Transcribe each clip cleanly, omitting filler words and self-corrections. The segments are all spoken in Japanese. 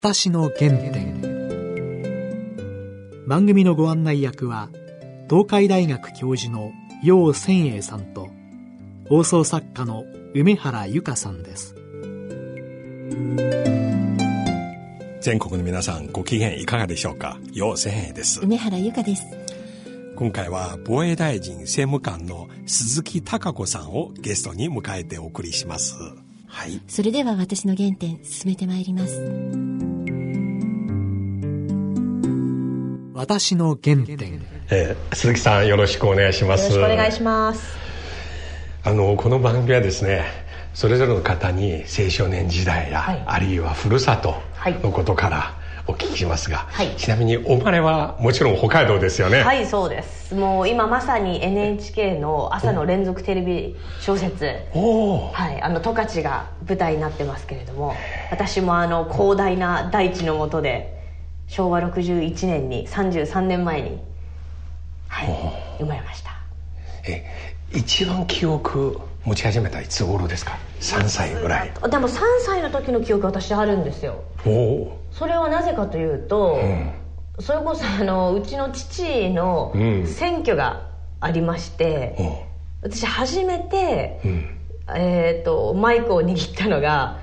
私の原点。番組のご案内役は東海大学教授の楊千栄さんと放送作家の梅原由香さんです。 全国の皆さん、ご機嫌いかがでしょうか。楊千栄です。 梅原由香です。 今回は防衛大臣政務官の鈴木貴子さんをゲストに迎えてお送りします。はい。 それでは私の原点進めてまいります。 私の原点。 鈴木さん、よろしくお願いします。 よろしくお願いします。 この番組はですね、それぞれの方に青少年時代や、はい、あるいはふるさとのことからお聞きしますが、はい、ちなみにお生まれはもちろん北海道ですよね。 はい、そうです。もう今まさに NHK の朝の連続テレビ小説、はい、十勝が舞台になってますけれども、私も広大な大地の下で昭和61年に33年前に、はい、生まれました。 一番記憶持ち始めたいつ頃ですか。3歳ぐらい。 でも3歳の時の記憶私あるんですよ。それはなぜかというと、それこそうちの父の選挙がありまして、私初めて、マイクを握ったのが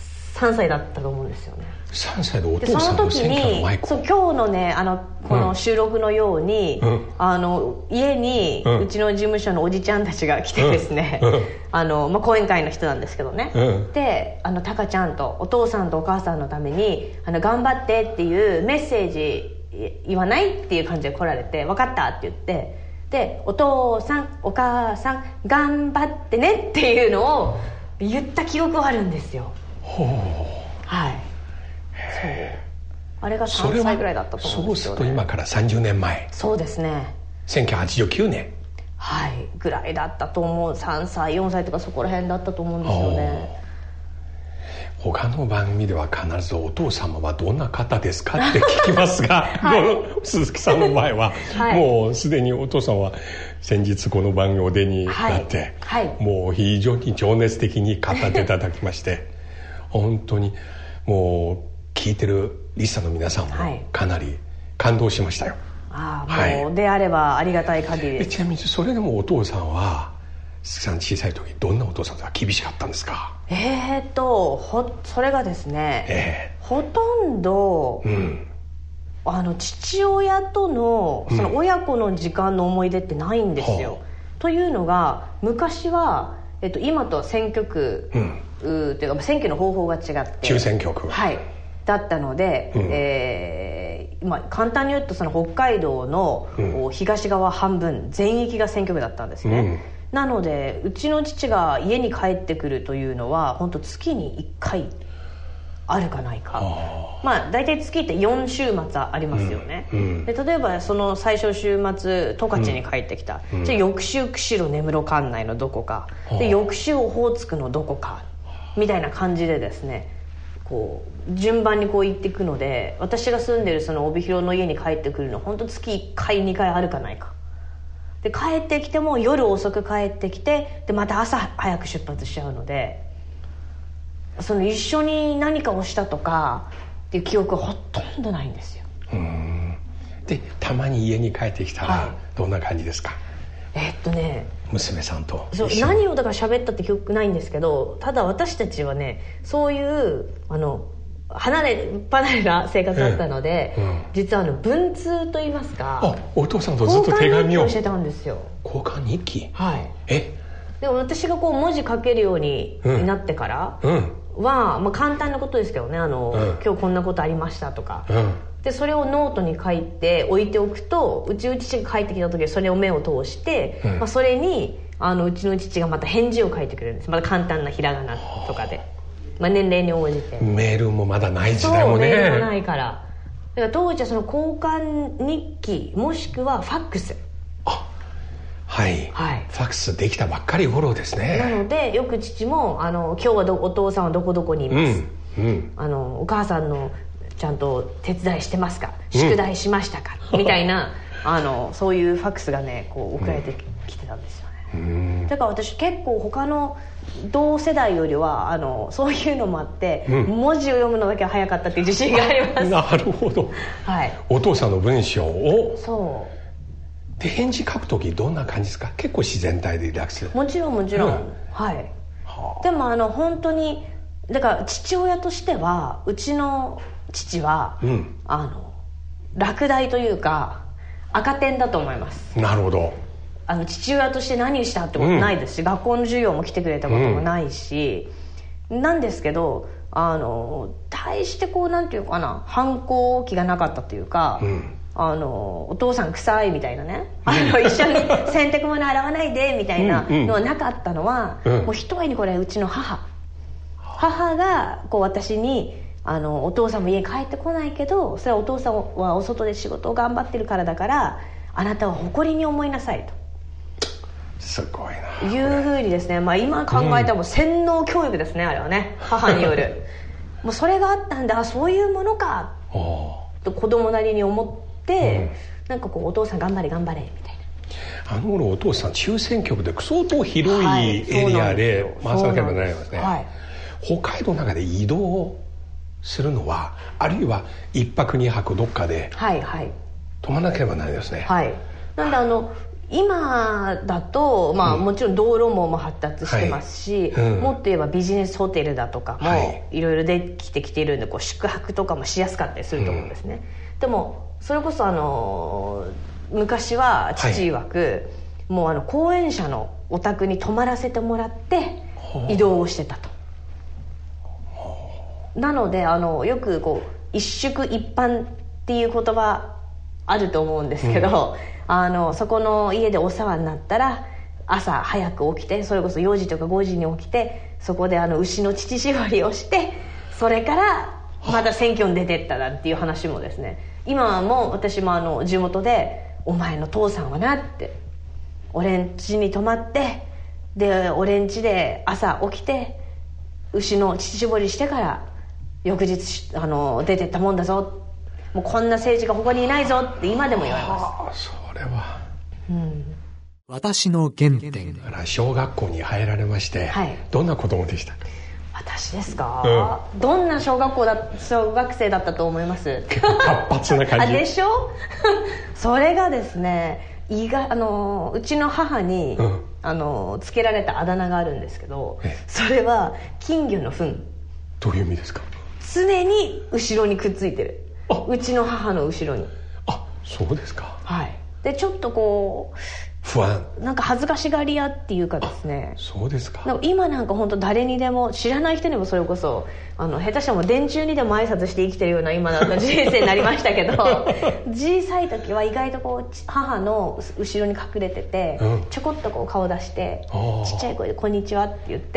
3歳だったと思うんですよね。 3歳でお父さんの選挙のマイクを。 その時に今日のねこの収録のように、家にうちの事務所のおじちゃんたちが来てですね、講演会の人なんですけどね、でタカちゃんとお父さんとお母さんのために頑張ってっていうメッセージ言わないっていう感じで来られて、分かったって言って、でお父さんお母さん頑張ってねっていうのを言った記憶はあるんですよ。はい。そう、あれが3歳ぐらいだったと思うんですよね。 そうすると今から30年前。 そうですね、 1989年、 はいぐらいだったと思う。3歳4歳とかそこら辺だったと思うんですよね。 他の番組では必ずお父様はどんな方ですかって聞きますが、はい、鈴木さんの場合は、はい、もうすでにお父さんは先日この番組お出になって、はいはい、もう非常に情熱的に語っていただきまして本当にもう聞いてるリスナーの皆さんもかなり感動しましたよ。 もうであればありがたい限りです。 ちなみにそれでもお父さんは鈴木さん小さい時どんなお父さんが厳しかったんですか。 それがですね、ほとんど、父親とのその親子の時間の思い出ってないんですよ。というのが昔は、今と選挙区、というか選挙の方法が違って中選挙区、 はい、だったので、簡単に言うとその北海道の東側半分全域が選挙区だったんですね。なのでうちの父が家に帰ってくるというのは本当月に1回あるかないか。大体月って4週末ありますよね。で例えばその最初週末十勝に帰ってきた、じゃあ翌週釧路根室管内のどこかで、翌週オホーツクのどこかみたいな感じでですね、こう順番にこう行っていくので、私が住んでるその帯広の家に帰ってくるの本当月1回2回あるかないかで、帰ってきても夜遅く帰ってきて、でまた朝早く出発しちゃうので、その一緒に何かをしたとかっていう記憶はほとんどないんですよ。 でたまに家に帰ってきたらどんな感じですか。 娘さんと何をだから喋ったって記憶ないんですけど、ただ私たちはね、そういう離れな生活だったので、実は文通といいますか、 お父さんとずっと手紙を交換日記をしてたんですよ。 交換日記。 はい。でも私がこう文字書けるようになってからは、簡単なことですけどね、今日こんなことありましたとか、でそれをノートに書いて置いておくと、うちの父が帰ってきた時はそれを目を通して、それにうちの父がまた返事を書いてくれるんです。また簡単なひらがなとかで、年齢に応じて。 メールもまだない時代もね。 そう、メールもないから。だから当時はその交換日記もしくはファックス。 はい、ファックスできたばっかり頃ですね。 なのでよく父も今日はお父さんはどこどこにいます、お母さんのちゃんと手伝いしてますか、宿題しましたか、みたいなそういうファックスがねこう送られてきてたんですよね。だから私結構他の同世代よりはそういうのもあって、文字を読むのだけは早かったっていう自信があります。 なるほど、はい、お父さんの文章をで返事書くときどんな感じですか？結構自然体でリラックス。 もちろん、はい。でも本当にだから父親としてはうちの父は、落第というか赤点だと思います。 なるほど。 父親として何したってことないですし、学校の授業も来てくれたこともないし、なんですけど大してなんていうかな、反抗期がなかったというか、お父さん臭いみたいなね、一緒に洗濯物洗わないでみたいなのはなかったのは、もう一重にこれうちの母が私にお父さんも家帰ってこないけど、それはお父さんはお外で仕事を頑張ってるからだから、あなたは誇りに思いなさいと。 すごいな。 いうふうにですね、今考えたらもう洗脳教育ですね、あれはね、母によるもうそれがあったんだ、そういうものかと子供なりに思って、なんかお父さん頑張れ頑張れみたいな。 あの頃お父さん中選挙区で相当広いエリアで回さなければならないですね。北海道の中で移動するのは、あるいは1泊2泊どっかで泊まらなければならないですね。 なんで今だと、もちろん道路網も発達してますし、もっと言えばビジネスホテルだとかもいろいろできてきているんで、宿泊とかもしやすかったりすると思うんですね。でもそれこそ昔は父曰く、もう後援者のお宅に泊まらせてもらって移動をしてたと。なのでよく一宿一飯っていう言葉あると思うんですけど、そこの家でお世話になったら朝早く起きて、それこそ4時とか5時に起きて、そこで牛の乳搾りをして、それからまた選挙に出てったなんていう話もですね、今も私も地元でお前の父さんはなって、俺ん家に泊まって、で俺ん家で朝起きて牛の乳搾りしてから翌日出てったもんだぞ、もうこんな政治がここにいないぞって今でも言われます。 それは、 私の原点。 小学校に入られまして、どんな子供でした？ 私ですか、どんな小学生だったと思います？ 結構活発な感じでしょそれがですね、うちの母に、つけられたあだ名があるんですけど、それは金魚の糞。 どういう意味ですか？ 常に後ろにくっついてる。うちの母の後ろに。 そうですか。 でちょっと不安、 なんか恥ずかしがり屋っていうかですね。 そうですか。 今なんか本当誰にでも、知らない人にもそれこそ下手したらもう電柱にでも挨拶して生きてるような今の人生になりましたけど小さい時は意外と母の後ろに隠れてて、ちょこっと顔出してちっちゃい声で「こんにちは」って言って、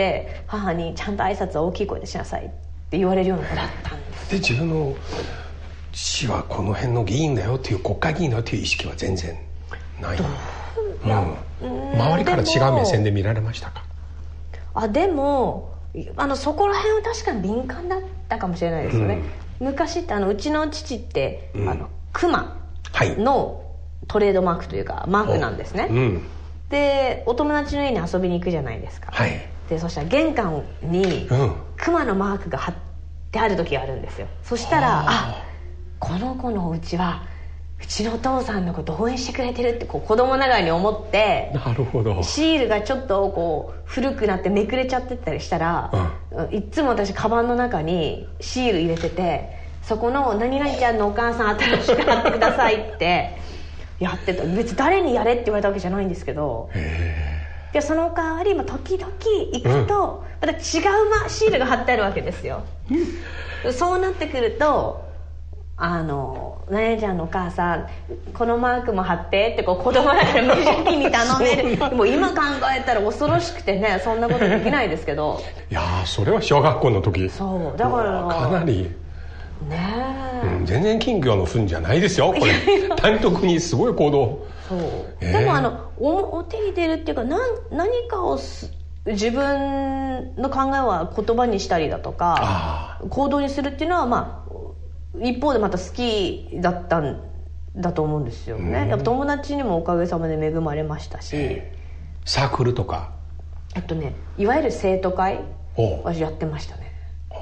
母にちゃんと挨拶は大きい声でしなさいって言われるような子だったんです。 で自分の父はこの辺の議員だよっていう、国会議員だよっていう意識は全然ない。周りから違う目線で見られましたか？でもそこら辺は確かに敏感だったかもしれないですよね。昔ってうちの父って、クマのトレードマークというかマークなんですね。でお友達の家に遊びに行くじゃないですか。でそしたら玄関にクマのマークが貼ってある時があるんですよ。そしたらこの子のうちはうちのお父さんのこと応援してくれてるって子供ながらに思って、 なるほど。 シールがちょっと古くなってめくれちゃってたりしたら、いつも私カバンの中にシール入れてて、そこの何々ちゃんのお母さん新しく貼ってくださいってやってた。別に誰にやれって言われたわけじゃないんですけど、でその代わり時々行くとまた違うシールが貼ってあるわけですよ。そうなってくると何々ちゃんのお母さんこのマークも貼ってって子供だから無邪気に頼めるもう今考えたら恐ろしくてね、そんなことできないですけどいやそれは小学校の時そうだからかなりね全然金魚の糞じゃないですよこれ単独にすごい行動そう、でも表に出るっていうか何かを自分の考えは言葉にしたりだとか行動にするっていうのは一方でまた好きだったんだと思うんですよね。やっぱ友達にもおかげさまで恵まれましたし、 サークルとかいわゆる生徒会はやってましたね。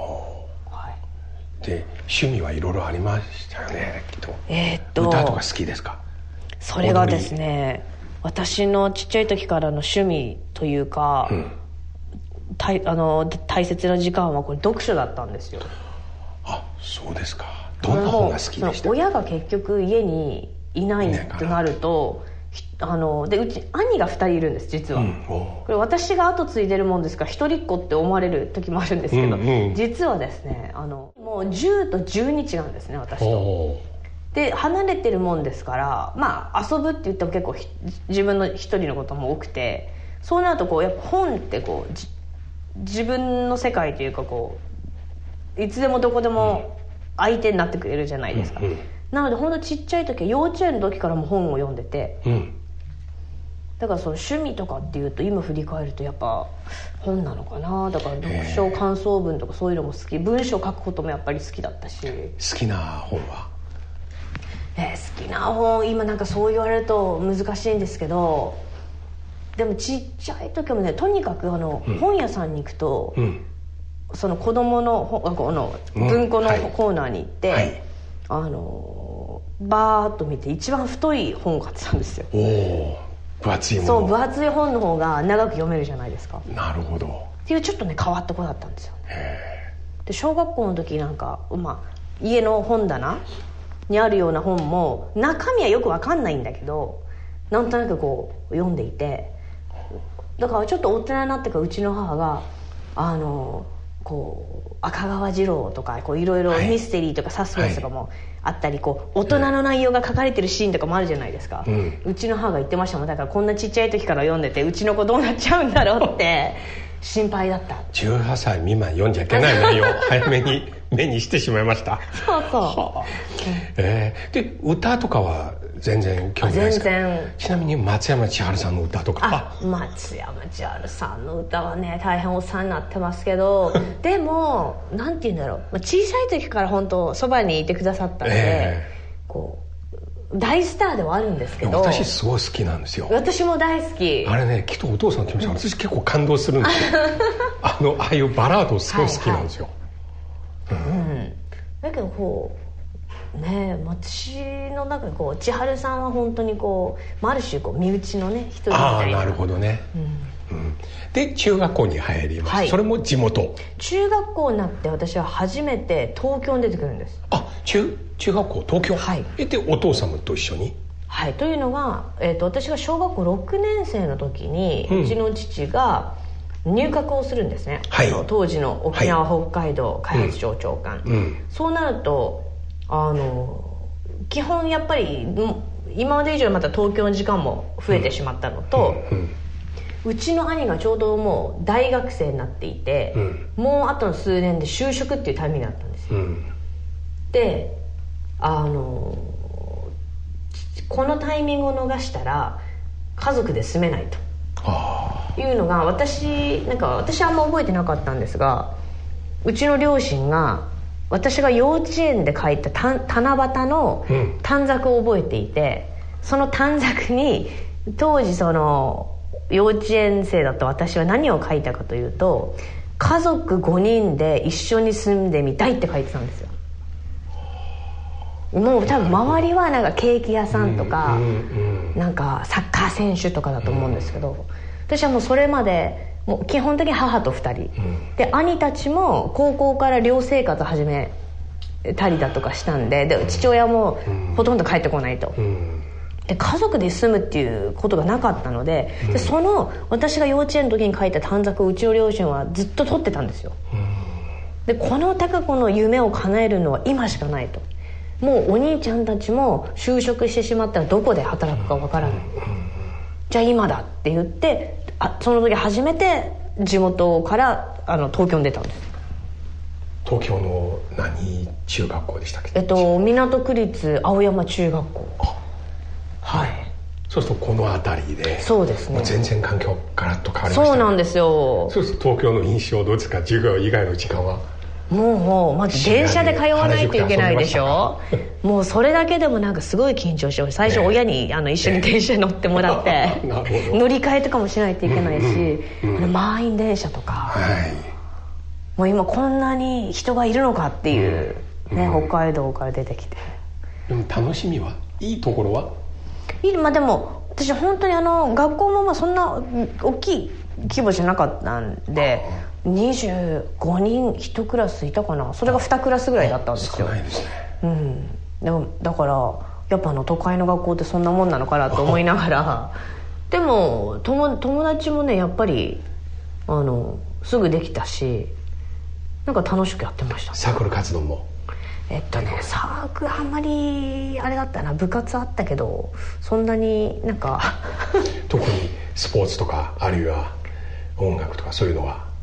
で趣味はいろいろありましたよね、きっと。歌とか好きですか？ それがですね、私のちっちゃい時からの趣味というか、大切な時間はこれ読書だったんですよ。 あ、そうですか。どんな本が好きでした？ 親が結局家にいないとなると、でうち兄が2人いるんです、実は。これ私が後継いでるもんですから一人っ子って思われる時もあるんですけど、実はですね、もう10と12日なんですね、私と。で離れてるもんですから、まあ遊ぶって言っても結構自分の一人のことも多くて、そうなるとやっぱ本って自分の世界というかいつでもどこでも相手になってくれるじゃないですか。なので本当ちっちゃい時は幼稚園の時からも本を読んでて、だからその趣味とかっていうと今振り返るとやっぱ本なのかな。だから読書感想文とかそういうのも好き、文章書くこともやっぱり好きだったし。 好きな本は？ 好きな本、今なんかそう言われると難しいんですけど、でもちっちゃい時もね、とにかく本屋さんに行くと、その子供の文庫のコーナーに行って、バーッと見て一番太い本を買ってたんですよ。 分厚いもの。 そう、分厚い本の方が長く読めるじゃないですか。 なるほど。 っていうちょっとね変わった子だったんですよ。で小学校の時なんか、家の本棚にあるような本も中身はよく分かんないんだけど、なんとなく読んでいて、だからちょっと大人になってからうちの母が赤川次郎とかいろいろミステリーとかサスペンスとかもあったり、大人の内容が書かれてるシーンとかもあるじゃないですか。うちの母が言ってましたもん。だからこんなちっちゃい時から読んでてうちの子どうなっちゃうんだろうって心配だった。 18歳未満読んじゃいけない内容早めに目にしてしまいました。 そうそう。 で歌とかは全然興味ないですか？ 全然。 ちなみに松山千春さんの歌とか。 松山千春さんの歌はね大変お世話になってますけどでもなんて言うんだろう、小さい時から本当そばにいてくださったので、大スターではあるんですけど。 私すごい好きなんですよ。 私も大好き。 あれね、きっとお父さんの気持ちは私結構感動するんですよ。ああいうバラードすごい好きなんですよ。 だけど私の中で千春さんは本当にある種身内のね一人みたいな。 なるほどね。で中学校に入ります。それも地元。 中学校になって私は初めて東京に出てくるんです。 中学校東京。でお父様と一緒に。 というのが、私が小学校6年生の時に、うちの父が入閣をするんですね。当時の沖縄、北海道開発庁長官。そうなると基本やっぱり今まで以上にまた東京の時間も増えてしまったのと、うちの兄がちょうどもう大学生になっていて、もうあとの数年で就職っていうタイミングだったんですよ。でこのタイミングを逃したら家族で住めないというのが私あんま覚えてなかったんですが、うちの両親が私が幼稚園で書いた七夕の短冊を覚えていて、その短冊に当時幼稚園生だった私は何を書いたかというと、家族5人で一緒に住んでみたいって書いてたんですよ。もう多分周りはなんかケーキ屋さんとか、なんかサッカー選手とかだと思うんですけど、私はもうそれまでもう基本的に母と2人、で兄たちも高校から寮生活始めたりだとかしたんで、父親もほとんど帰ってこないと、で家族で住むっていうことがなかったので、その私が幼稚園の時に書いた短冊をうちの両親はずっと取ってたんですよ。でこの貴子の夢を叶えるのは今しかないと。もうお兄ちゃんたちも就職してしまったらどこで働くかわからない、じゃあ今だって言って、その時初めて地元から東京に出たんです。 東京の何中学校でしたっけ？ 港区立青山中学校。 そうするとこの辺りで。 そうですね。 全然環境ガラッと変わりましたね。 そうなんですよ。 そうすると東京の印象どうですか？授業以外の時間は。 もうまず電車で通わないといけないでしょ。もうそれだけでもなんかすごい緊張して、最初親に一緒に電車に乗ってもらって乗り換えとかもしないといけないし、満員電車とか、もう今こんなに人がいるのかっていう、ね、北海道から出てきて。 でも楽しみはいいところはまあでも私本当に学校もまあそんな大きい規模じゃなかったんで、25人1クラスいたかな。それが2クラスぐらいだったんですよ。 少ないですね。でもだからやっぱ都会の学校ってそんなもんなのかなと思いながらでも友達もねやっぱりすぐできたし、なんか楽しくやってました、ね。 サークル活動もサークルあんまりあれだったな。部活あったけどそんなになんか特にスポーツとかあるいは音楽とかそういうのは、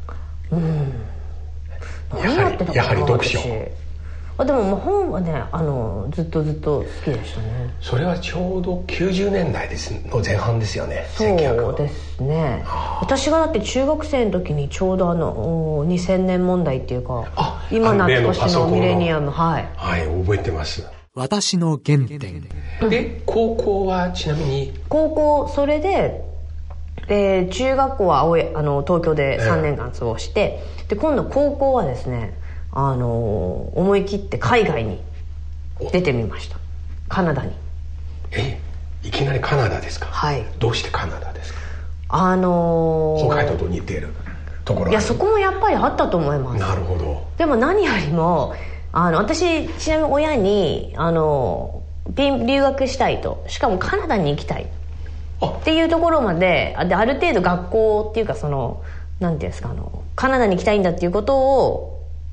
やはり読書。 でも本はねずっと好きでしたね。 それはちょうど90年代の前半ですよね。 そうですね。私がだって中学生の時にちょうど2000年問題っていうか、今懐かしのミレニアム、はい覚えてます。 私の原点で、高校はちなみにそれで中学校は東京で3年間過ごして、で今度高校はですね思い切って海外に出てみました。カナダに。 いきなりカナダですか？ はい。 どうしてカナダですか？ 北海道と似ているところ。 いやそこもやっぱりあったと思います。 なるほど。 でも何よりも私ちなみに親に留学したいと、しかもカナダに行きたいっていうところまである程度学校っていうかなんていうんですかカナダに行きたいんだっていうことを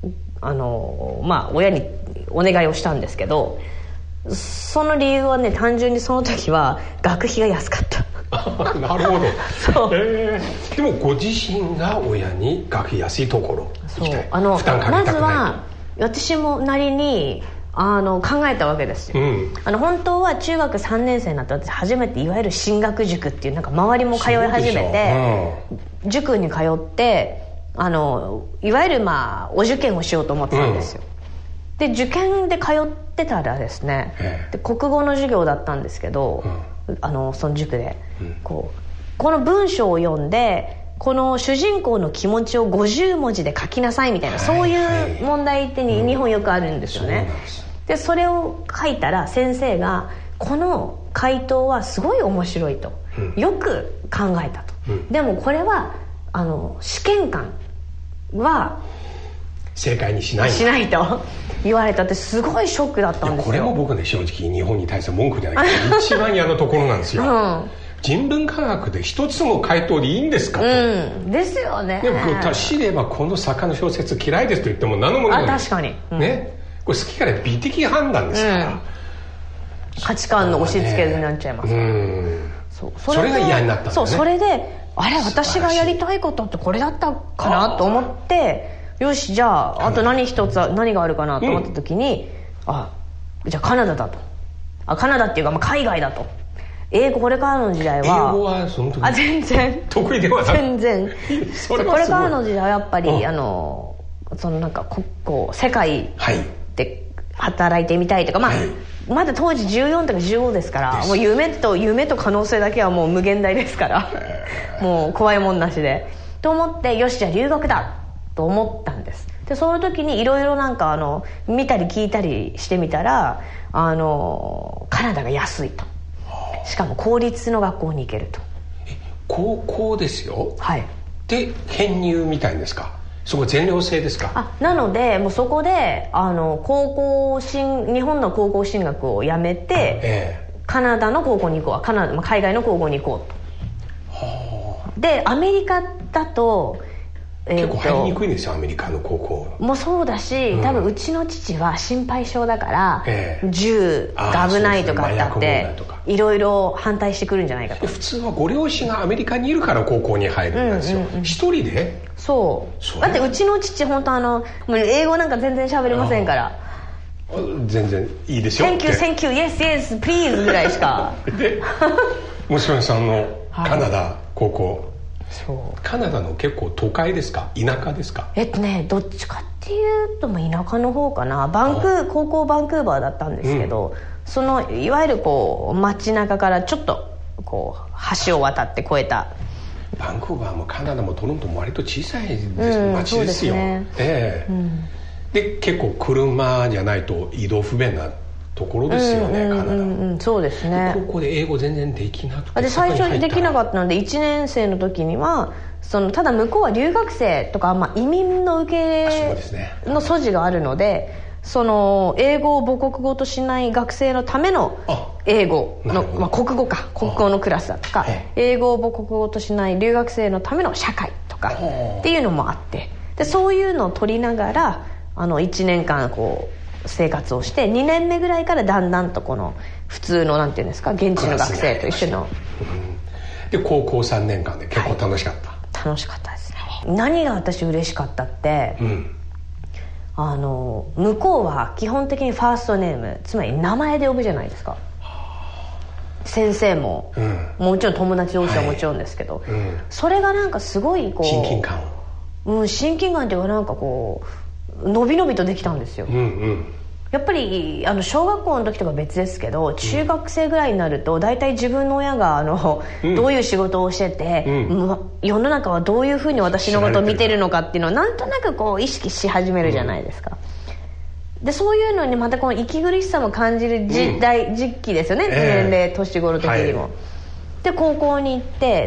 親にお願いをしたんですけど、その理由はね単純にその時は学費が安かったなるほど。 そう、 でもご自身が親に学費安いところ行きたい、負担かけたくないと。 まずは私もなりに考えたわけですよ、本当は中学3年生になって私初めていわゆる進学塾っていうなんか周りも通い始めて、塾に通っていわゆるお受験をしようと思ってたんですよ、で受験で通ってたらですね、で国語の授業だったんですけど、その塾で、この文章を読んでこの主人公の気持ちを50文字で書きなさいみたいな、そういう問題って日本よくあるんですよね、でそれを書いたら先生がこの回答はすごい面白いと、よく考えたと、でもこれは試験官は正解にしないと言われたって、すごいショックだったんですよ。 これも僕ね正直日本に対する文句じゃないけど一番嫌なところなんですよ、人文科学で一つの回答でいいんですかと、 ですよね。 でも知ればこの作家の小説嫌いですと言っても何のものもない。 確かに、 ね、これ好きから美的判断ですから、 価値観の押し付けになっちゃいますから、 それが嫌になったんだね。 それで私がやりたいことってこれだったかなと思って、よしじゃああと何があるかなと思った時に、じゃあカナダだと、カナダっていうか海外だと、英語これからの時代は英語はその時全然得意ではない。 全然これからの時代はやっぱりなんか世界で働いてみたいとか、まだ当時14とか15ですから、もう夢と可能性だけはもう無限大ですからもう怖いもんなしでと思って、よしじゃあ留学だと思ったんです。でその時にいろいろなんか見たり聞いたりしてみたらカナダが安いと、しかも公立の学校に行けると。 高校ですよ。 はい。 で編入みたいですか？そこ全寮制ですか？ なのでもうそこで日本の高校進学をやめて、カナダの高校に行こう、海外の高校に行こうと。でアメリカだと結構入りにくいんですよ、アメリカの高校もそうだし、多分うちの父は心配性だから、銃が危ないとかだっていろいろ反対してくるんじゃないかと。 普通はご両親がアメリカにいるから高校に入るんですよ、一人で。 そうだってうちの父本当もう英語なんか全然喋れませんから、 全然いいですよ Thank you yes yes please ぐらいしかで娘さんのカナダ高校そうカナダの結構都会ですか、田舎ですか？ どっちかっていうと田舎の方かな。高校バンクーバーだったんですけど、そのいわゆるこう街中からちょっとこう橋を渡って越えた。 バンクーバーもカナダもトロントも割と小さい街ですよ。で結構車じゃないと移動不便なところですよね、カナダ。 そうですね。 高校で英語全然できなくて、 で最初にできなかったので1年生の時にはただ向こうは留学生とか、移民の受けの素地があるので、英語を母国語としない学生のための英語の、国語のクラスだとか、英語を母国語としない留学生のための社会とかっていうのもあって、でそういうのを取りながら1年間こう生活をして、2年目ぐらいからだんだんとこの普通のなんていうんですか、現地の学生と一緒の、 で高校3年間で結構楽しかった、 楽しかったですね。何が私嬉しかったって、向こうは基本的にファーストネーム、つまり名前で呼ぶじゃないですか。先生も、もちろん友達同士はもちろんですけど、それがなんかすごいこう親近感っていうか、なんかこうのびのびとできたんですよ。やっぱり小学校の時とか別ですけど、中学生ぐらいになると大体自分の親がどういう仕事をしてて、世の中はどういうふうに私のことを見てるのかっていうのをなんとなくこう意識し始めるじゃないですか。でそういうのにまたこの息苦しさも感じる時期ですよね、年齢年頃的にも。で高校に行って、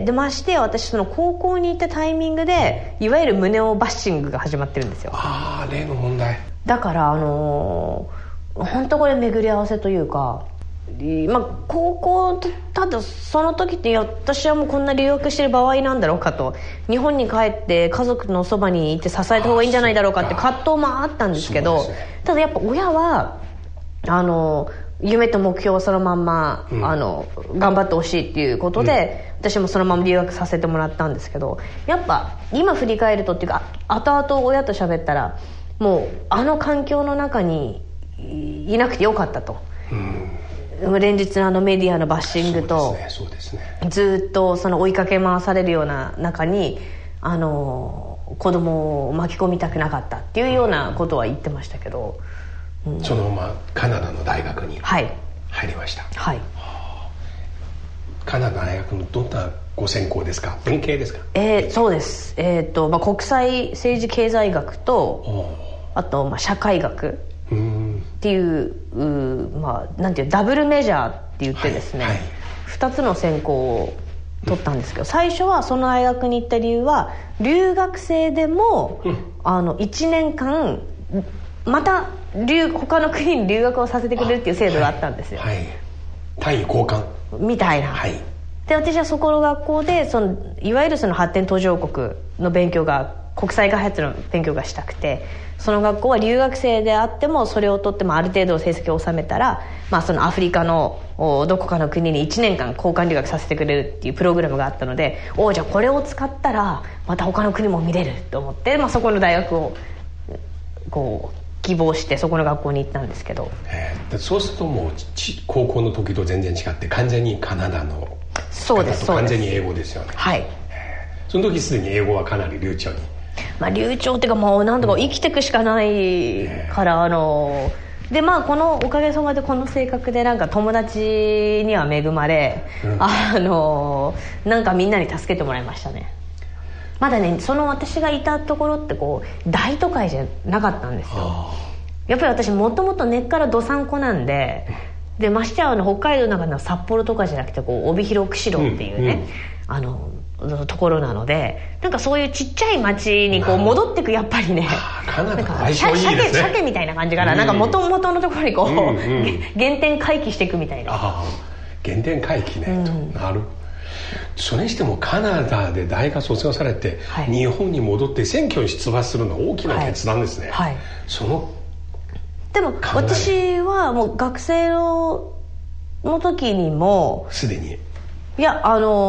でましてや私高校に行ったタイミングでいわゆる胸をバッシングが始まってるんですよ。 例の問題だから本当これ巡り合わせというか、高校ただその時って私はもうこんな留学してる場合なんだろうかと、日本に帰って家族のそばにいて支えた方がいいんじゃないだろうかって葛藤もあったんですけど、ただやっぱ親は夢と目標をそのまんま、頑張ってほしいっていうことで、私もそのまま留学させてもらったんですけど、やっぱ今振り返るとっていうか、後々親と喋ったら、もう環境の中にいなくてよかったと。連日のメディアのバッシングと、ずっと追いかけ回されるような中に子供を巻き込みたくなかったっていうようなことは言ってましたけど、 そのままカナダの大学に入りました。カナダ大学のどんなご専攻ですか？文系ですか？ そうです。国際政治経済学と、あと社会学っていうなんていうダブルメジャーって言ってですね、2つの専攻を取ったんですけど、最初はその大学に行った理由は、留学生でも1年間また他の国に留学をさせてくれるっていう制度があったんですよ。 単位交換みたいな。で私はそこの学校でいわゆる発展途上国の勉強が、国際開発の勉強がしたくて、その学校は留学生であってもそれを取ってもある程度成績を収めたら、そのアフリカのどこかの国に1年間交換留学させてくれるっていうプログラムがあったので、じゃあこれを使ったらまた他の国も見れると思って、そこの大学をこう希望してそこの学校に行ったんですけど、 そうするともう高校の時と全然違って完全にカナダのそうです完全に英語ですよね。その時すでに英語はかなり流暢に、 流暢っていうかもうなんとか生きていくしかないから、でこのおかげさまでこの性格でなんか友達には恵まれ、なんかみんなに助けてもらいましたね。まだね私がいたところって大都会じゃなかったんですよ。やっぱり私もともと根っからどさんこなんで、ましてや北海道の中の札幌とかじゃなくて帯広釧路っていうね、ところなので、なんかそういうちっちゃい町に戻ってく、やっぱりね、 カナダ相性いいですね。 鮭みたいな感じかな、なんか元々のところに原点回帰していくみたいな。 原点回帰ね、なる。それにしてもカナダで大学卒業されて、日本に戻って選挙に出馬するのは大きな決断ですね。 でも私はもう学生の時にもすでに何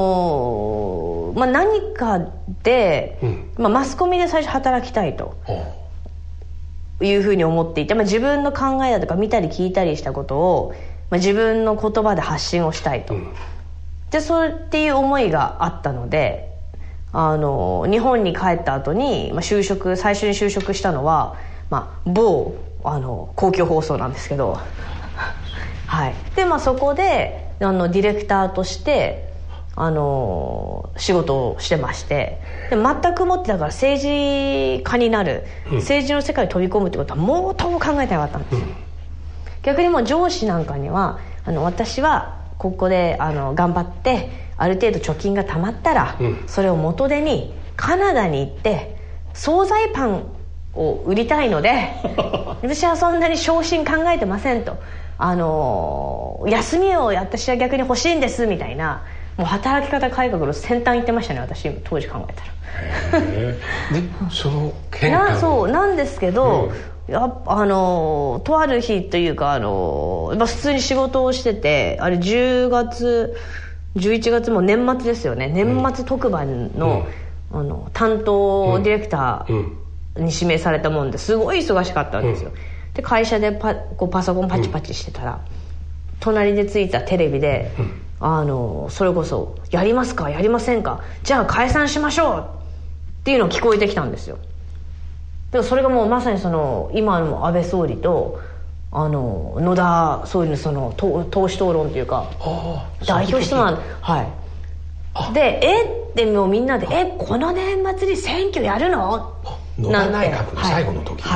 かで、マスコミで最初働きたいというふうに思っていて、自分の考えだとか見たり聞いたりしたことを、自分の言葉で発信をしたいと、でそれっていう思いがあったので、 日本に帰った後に、最初に就職したのは、某公共放送なんですけどはい。で、そこでディレクターとして仕事をしてまして、で全くもってだから政治家になる、政治の世界に飛び込むってことはもうとも考えてなかったんですよ。逆にもう上司なんかには私はここで頑張ってある程度貯金が貯まったら、それを元手にカナダに行って惣菜パンを売りたいので私はそんなに昇進考えてませんと、休みを私は逆に欲しいんですみたいな、もう働き方改革の先端行ってましたね、私当時考えたら。 でその変化そうなんですけど、とある日というか普通に仕事をしてて、あれ10月11月も年末ですよね、年末特番の、担当ディレクターに指名されたもんですごい忙しかったんですよ。で会社でパソコンパチパチしてたら、隣でついたテレビで、それこそやりますかやりませんか、じゃあ解散しましょうっていうのが聞こえてきたんですよ。でそれがもうまさに今の安倍総理と野田総理の党首討論というか、代表質問、でってもうみんなでこの年末に選挙やるの野田内閣の最後の時、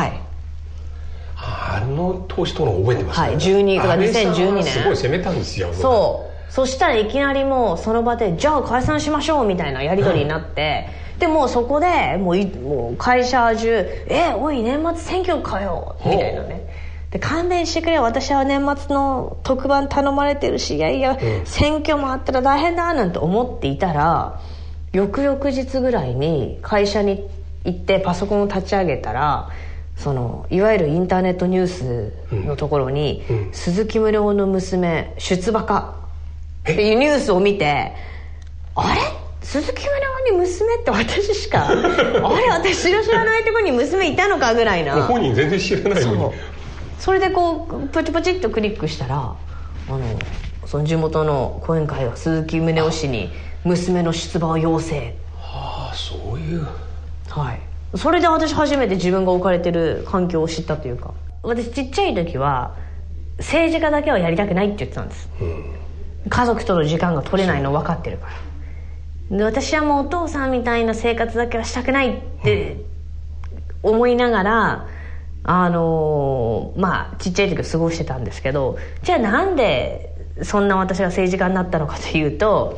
党首討論覚えてますね。 2012年すごい攻めたんですよ。 そしたらいきなりもうその場でじゃあ解散しましょうみたいなやり取りになって、でもうそこでもう会社中おい年末選挙かよみたいなね、で勘弁してくれよ、私は年末の特番頼まれてるし、いや、選挙もあったら大変だなんて思っていたら、翌々日ぐらいに会社に行ってパソコンを立ち上げたら、いわゆるインターネットニュースのところに、鈴木宗男の娘出馬かっていうニュースを見て、あれ鈴木宗男に娘って私しかあれ私の知らないところに娘いたのかぐらいな、 本人全然知らないのに、 それでポチポチっとクリックしたらその地元の後援会が鈴木宗男氏に娘の出馬を要請。 そういう、 それで私初めて自分が置かれてる環境を知ったというか、私ちっちゃい時は政治家だけはやりたくないって言ってたんです、家族との時間が取れないの分かってるから。で私はもうお父さんみたいな生活だけはしたくないって思いながらちっちゃい時を過ごしてたんですけど、じゃあなんでそんな私が政治家になったのかというと、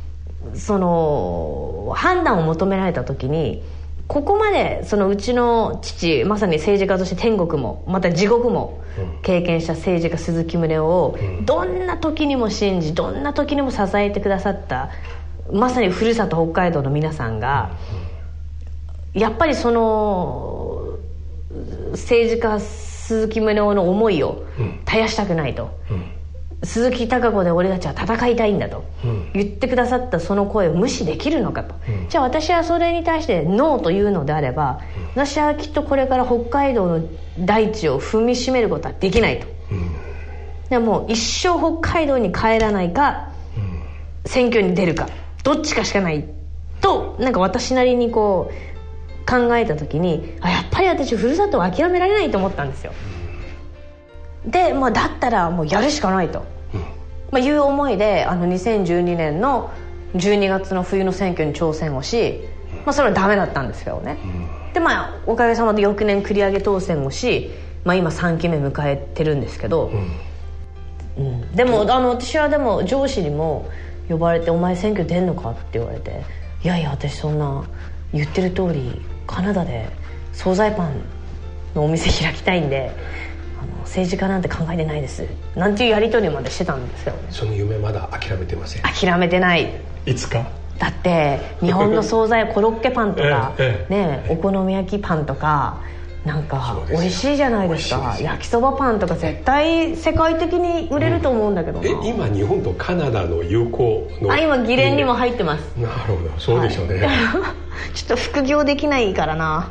判断を求められた時に、ここまでうちの父、まさに政治家として天国もまた地獄も経験した政治家鈴木宗男をどんな時にも信じ、どんな時にも支えてくださったまさにふるさと北海道の皆さんが、やっぱり政治家鈴木宗男の思いを絶やしたくないと、鈴木貴子で俺たちは戦いたいんだと言ってくださったその声を無視できるのかと、じゃあ私はそれに対してノーというのであれば、私はきっとこれから北海道の大地を踏みしめることはできないと、でもう一生北海道に帰らないか、選挙に出るかどっちかしかないと、なんか私なりに考えた時に、やっぱり私ふるさとを諦められないと思ったんですよ。で、だったらもうやるしかないと、いう思いで2012年の12月の冬の選挙に挑戦をし、それはダメだったんですけどね、でおかげさまで翌年繰り上げ当選をし、今3期目迎えてるんですけど、でも私はでも上司にも呼ばれて、お前選挙出んのかって言われて、いやいや私そんな言ってる通りカナダで惣菜パンのお店開きたいんで政治家なんて考えてないですなんていうやり取りまでしてたんですよね。 その夢まだ諦めてません？ 諦めてない。 いつかだって日本の惣菜コロッケパンとか、お好み焼きパンとかなんか美味しいじゃないですか。焼きそばパンとか絶対世界的に売れると思うんだけどな、 今日本とカナダの友好の今議連にも入ってます。 なるほど、そうでしょうね、 ちょっと副業できないからな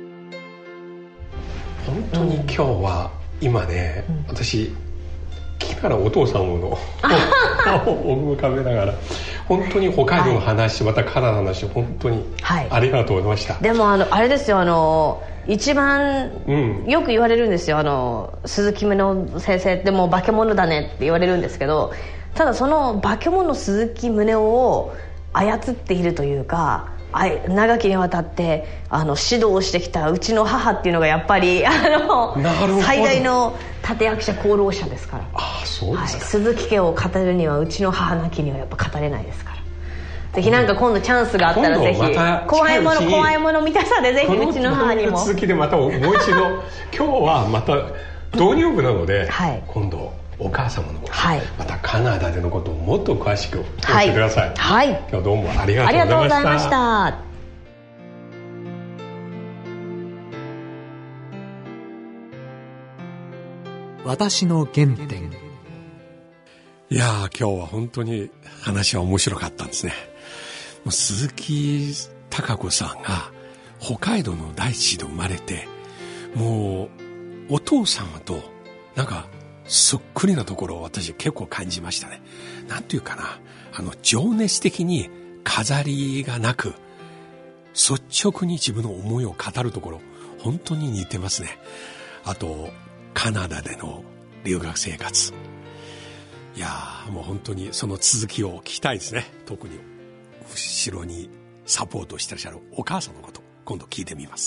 本当に今日は今ね、私気からお父さんの顔を思い浮かべながら、本当に北海道の話、またカナダの話、本当にありがとうございました。 でもあれですよ、一番よく言われるんですよ、鈴木宗男先生ってもう化け物だねって言われるんですけど、ただその化け物鈴木宗男を操っているというか、長きにわたって指導してきたうちの母っていうのがやっぱり最大の立役者功労者ですから。 そうですか。 鈴木家を語るにはうちの母なきにはやっぱ語れないですから、ぜひなんか今度チャンスがあったらぜひ怖いもの見たさでぜひうちの母にも続きでまたもう一度今日はまた導入部なので、今度お母様のこと、またカナダでのことをもっと詳しく教えてください。今日はどうもありがとうございました。 私の原点。 いやー、今日は本当に話は面白かったんですね。鈴木貴子さんが北海道の大地で生まれて、もうお父様となんかそっくりなところを私結構感じましたね。なんていうかな、情熱的に飾りがなく率直に自分の思いを語るところ、本当に似てますね。あとカナダでの留学生活、いやー、もう本当にその続きを聞きたいですね。特に後ろにサポートしてらっしゃるお母さんのこと、今度聞いてみます。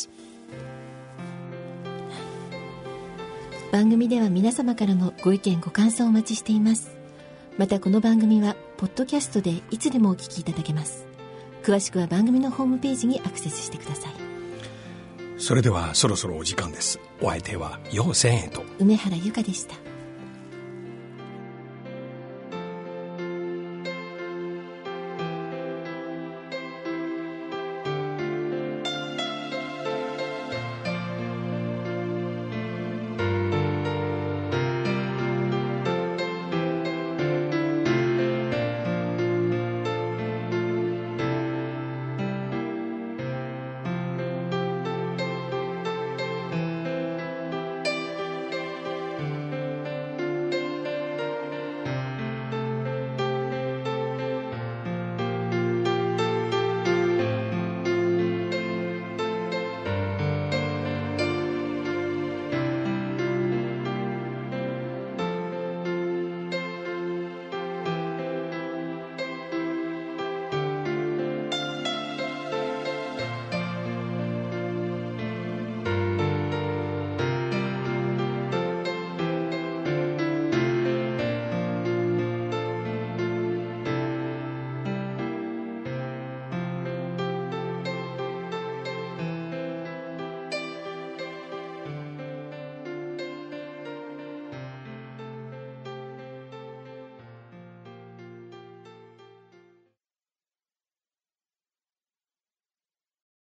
番組では皆様からのご意見ご感想をお待ちしています。またこの番組はポッドキャストでいつでもお聞きいただけます。詳しくは番組のホームページにアクセスしてください。 それではそろそろお時間です。お相手は楊千恵と梅原由香でした。